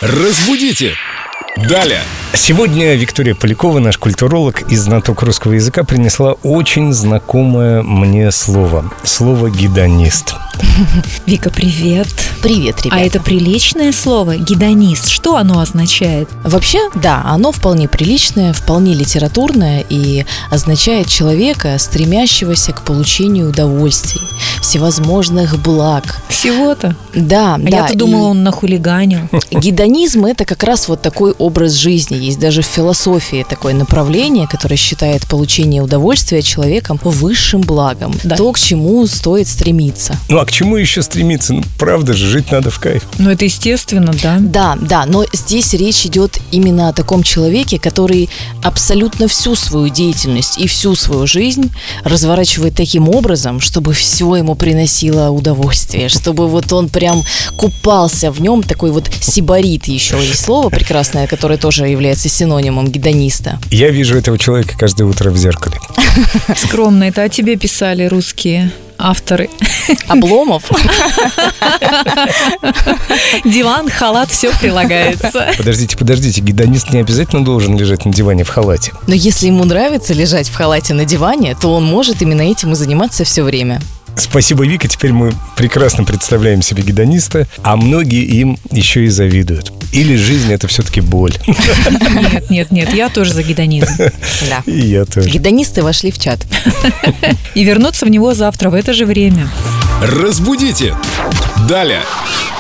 Разбудите! Далее! Сегодня Виктория Полякова, наш культуролог и знаток русского языка, принесла очень знакомое мне слово. Слово «гедонист». Вика, привет. Привет, ребята. А это приличное слово «гедонист». Что оно означает? Вообще, да, оно вполне приличное, вполне литературное и означает человека, стремящегося к получению удовольствий, всевозможных благ. Всего-то? Да, да. Я-то думала, он нахулиганил. Гедонизм – это как раз вот такой образ жизни. Есть даже в философии такое направление, которое считает получение удовольствия человеком высшим благом. Да. То, к чему стоит стремиться. Ну а к чему еще стремиться? Ну правда же, жить надо в кайф. Ну, это естественно, да? Да, но здесь речь идет именно о таком человеке, который абсолютно всю свою деятельность и всю свою жизнь разворачивает таким образом, чтобы все ему приносило удовольствие, чтобы вот он прям купался в нем, такой вот сибарит, еще есть слово прекрасное, которое тоже является синонимом гедониста. Я вижу этого человека каждое утро в зеркале. Скромно это о тебе писали русские авторы. Обломов. Диван, халат, все прилагается. Подождите, гедонист не обязательно должен лежать на диване в халате. Но если ему нравится лежать в халате на диване, то он может именно этим и заниматься все время. Спасибо, Вика, теперь мы прекрасно представляем себе гедониста, а многие им еще и завидуют. Или жизнь — это все-таки боль. Нет, я тоже за гедонизм. Да. И я тоже. Гедонисты вошли в чат. И вернуться в него завтра в это же время. Разбудите! Далее!